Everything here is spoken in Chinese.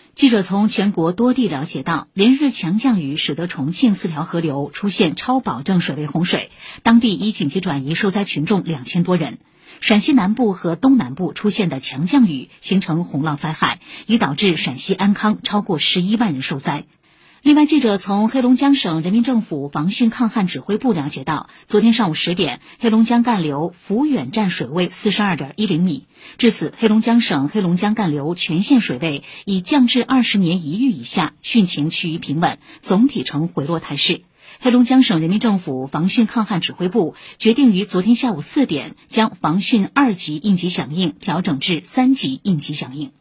记者从全国多地了解到，连日强降雨使得重庆4条河流出现超保证水位洪水，当地已紧急转移受灾群众2000多人。陕西南部和东南部出现的强降雨形成洪涝灾害，已导致陕西安康超过11万人受灾。另外，记者从黑龙江省人民政府防汛抗旱指挥部了解到，昨天上午10点，黑龙江干流抚远站水位42.10米，至此，黑龙江省黑龙江干流全线水位已降至20年一遇以下，汛情趋于平稳，总体呈回落态势。黑龙江省人民政府防汛抗旱指挥部决定于昨天下午4点将防汛2级应急响应调整至3级应急响应。